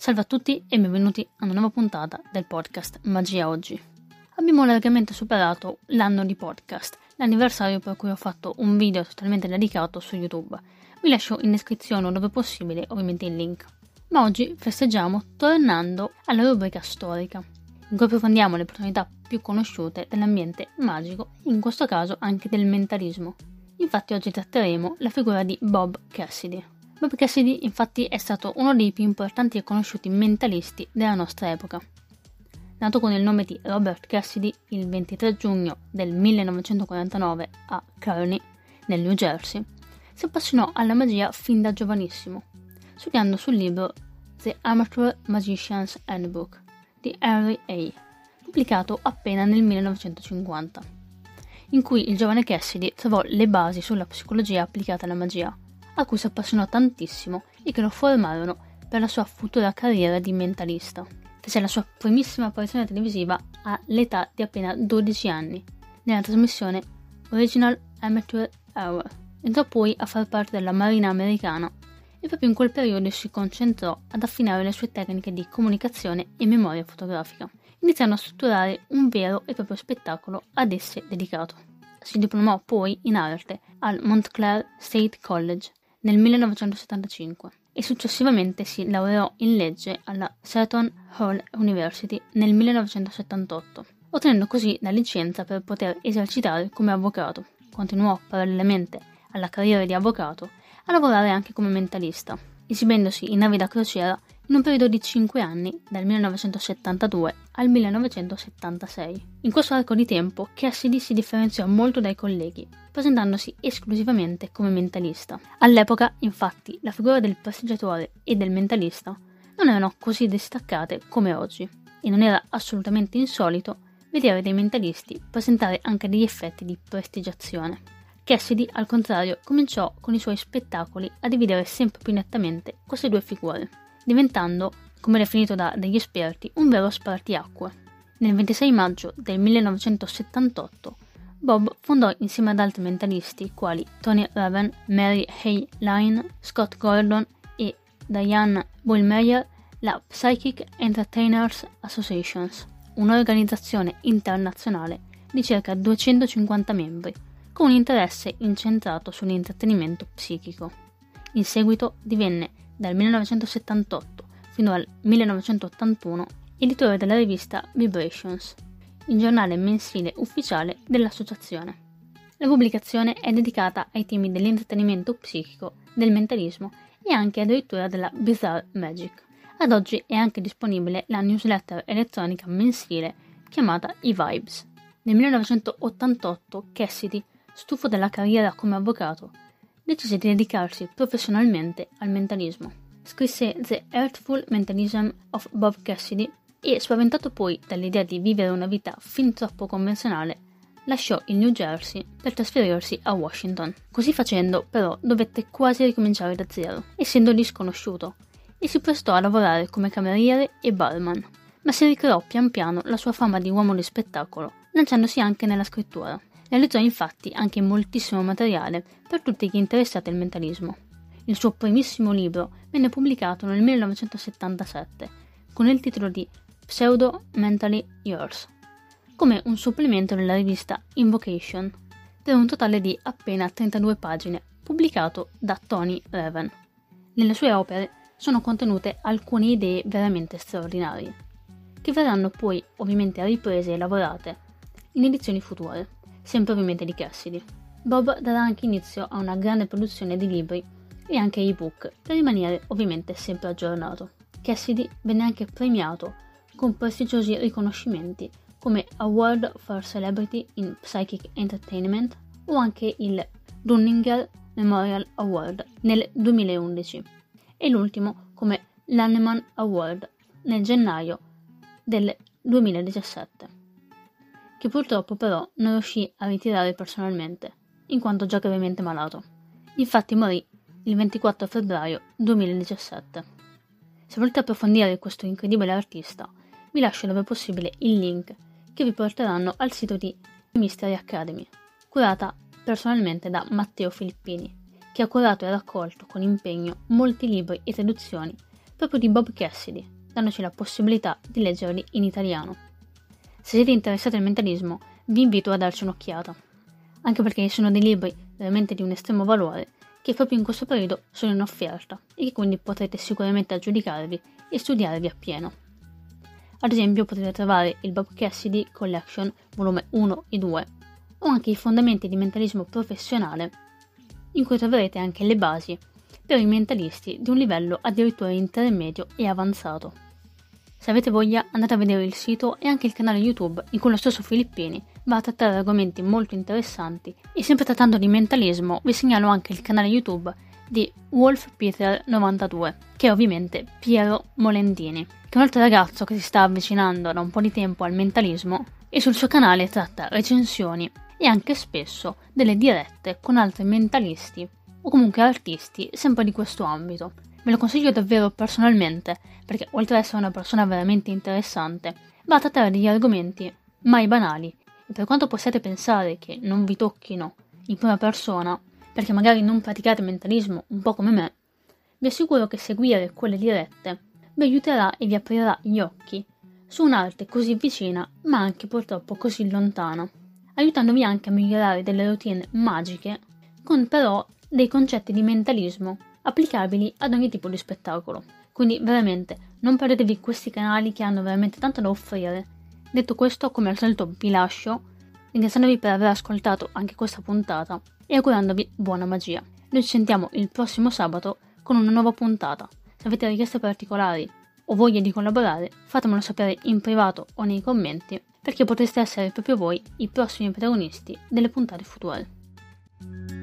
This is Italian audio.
Salve a tutti e benvenuti a una nuova puntata del podcast Magia Oggi. Abbiamo largamente superato l'anno di podcast, l'anniversario per cui ho fatto un video totalmente dedicato su YouTube. Vi lascio in descrizione o dove possibile ovviamente il link. Ma oggi festeggiamo tornando alla rubrica storica, in cui approfondiamo le personalità più conosciute dell'ambiente magico e in questo caso anche del mentalismo. Infatti oggi tratteremo la figura di Bob Cassidy. Bob Cassidy infatti è stato uno dei più importanti e conosciuti mentalisti della nostra epoca. Nato con il nome di Robert Cassidy il 23 giugno del 1949 a Kearney, nel New Jersey, si appassionò alla magia fin da giovanissimo, studiando sul libro The Amateur Magician's Handbook di Henry A., pubblicato appena nel 1950, in cui il giovane Cassidy trovò le basi sulla psicologia applicata alla magia, a cui si appassionò tantissimo e che lo formarono per la sua futura carriera di mentalista. Fece la sua primissima apparizione televisiva all'età di appena 12 anni, nella trasmissione Original Amateur Hour. Entrò poi a far parte della Marina americana e proprio in quel periodo si concentrò ad affinare le sue tecniche di comunicazione e memoria fotografica, iniziando a strutturare un vero e proprio spettacolo ad esse dedicato. Si diplomò poi in arte al Montclair State College nel 1975 e successivamente si laureò in legge alla Seton Hall University nel 1978, ottenendo così la licenza per poter esercitare come avvocato. Continuò parallelamente alla carriera di avvocato a lavorare anche come mentalista, esibendosi in navi da crociera in un periodo di 5 anni, dal 1972 al 1976. In questo arco di tempo Cassidy si differenziò molto dai colleghi, presentandosi esclusivamente come mentalista. All'epoca, infatti, la figura del prestigiatore e del mentalista non erano così distaccate come oggi, e non era assolutamente insolito vedere dei mentalisti presentare anche degli effetti di prestigiazione. Cassidy, al contrario, cominciò con i suoi spettacoli a dividere sempre più nettamente queste due figure, diventando, come definito degli esperti, un vero spartiacque. Nel 26 maggio del 1978, Bob fondò insieme ad altri mentalisti quali Tony Raven, Mary Hay Line, Scott Gordon e Diane Bullmeyer la Psychic Entertainers Association, un'organizzazione internazionale di circa 250 membri, con un interesse incentrato sull'intrattenimento psichico. In seguito divenne, dal 1978 fino al 1981, editore della rivista Vibrations, il giornale mensile ufficiale dell'associazione. La pubblicazione è dedicata ai temi dell'intrattenimento psichico, del mentalismo e anche addirittura della Bizarre Magic. Ad oggi è anche disponibile la newsletter elettronica mensile chiamata E-Vibes. Nel 1988 Cassidy, stufo della carriera come avvocato, decise di dedicarsi professionalmente al mentalismo. Scrisse The Earthful Mentalism of Bob Cassidy e, spaventato poi dall'idea di vivere una vita fin troppo convenzionale, lasciò il New Jersey per trasferirsi a Washington. Così facendo, però, dovette quasi ricominciare da zero, essendo lì sconosciuto, e si prestò a lavorare come cameriere e barman, ma si ricreò pian piano la sua fama di uomo di spettacolo, lanciandosi anche nella scrittura. Realizzò infatti anche moltissimo materiale per tutti gli interessati al mentalismo. Il suo primissimo libro venne pubblicato nel 1977 con il titolo di Pseudo Mentally Yours, come un supplemento della rivista Invocation, per un totale di appena 32 pagine, pubblicato da Tony Raven. Nelle sue opere sono contenute alcune idee veramente straordinarie, che verranno poi ovviamente riprese e lavorate in edizioni future, sempre ovviamente di Cassidy. Bob darà anche inizio a una grande produzione di libri e anche ebook per rimanere ovviamente sempre aggiornato. Cassidy venne anche premiato con prestigiosi riconoscimenti come Award for Celebrity in Psychic Entertainment o anche il Dunninger Memorial Award nel 2011 e l'ultimo come l'Hanneman Award nel gennaio del 2017. Che purtroppo però non riuscì a ritirare personalmente, in quanto già gravemente malato. Infatti morì il 24 febbraio 2017. Se volete approfondire questo incredibile artista, vi lascio dove possibile il link che vi porteranno al sito di Mystery Academy, curata personalmente da Matteo Filippini, che ha curato e raccolto con impegno molti libri e traduzioni proprio di Bob Cassidy, dandoci la possibilità di leggerli in italiano. Se siete interessati al mentalismo, vi invito a darci un'occhiata, anche perché sono dei libri veramente di un estremo valore che proprio in questo periodo sono in offerta e che quindi potrete sicuramente aggiudicarvi e studiarvi appieno. Ad esempio potete trovare il Bob Cassidy Collection volume 1 e 2 o anche i fondamenti di mentalismo professionale, in cui troverete anche le basi per i mentalisti di un livello addirittura intermedio e avanzato. Se avete voglia andate a vedere il sito e anche il canale YouTube in cui lo stesso Filippini va a trattare argomenti molto interessanti, e sempre trattando di mentalismo vi segnalo anche il canale YouTube di WolfPeter92, che è ovviamente Piero Molendini, che è un altro ragazzo che si sta avvicinando da un po' di tempo al mentalismo e sul suo canale tratta recensioni e anche spesso delle dirette con altri mentalisti o comunque artisti sempre di questo ambito. Ve lo consiglio davvero personalmente perché oltre ad essere una persona veramente interessante va a trattare degli argomenti mai banali e per quanto possiate pensare che non vi tocchino in prima persona perché magari non praticate mentalismo un po' come me, vi assicuro che seguire quelle dirette vi aiuterà e vi aprirà gli occhi su un'arte così vicina ma anche purtroppo così lontana, aiutandovi anche a migliorare delle routine magiche con però dei concetti di mentalismo applicabili ad ogni tipo di spettacolo. Quindi veramente non perdetevi questi canali che hanno veramente tanto da offrire. Detto questo, come al solito vi lascio ringraziandovi per aver ascoltato anche questa puntata e augurandovi buona magia. Noi ci sentiamo il prossimo sabato con una nuova puntata. Se avete richieste particolari o voglia di collaborare, fatemelo sapere in privato o nei commenti, perché potreste essere proprio voi i prossimi protagonisti delle puntate future.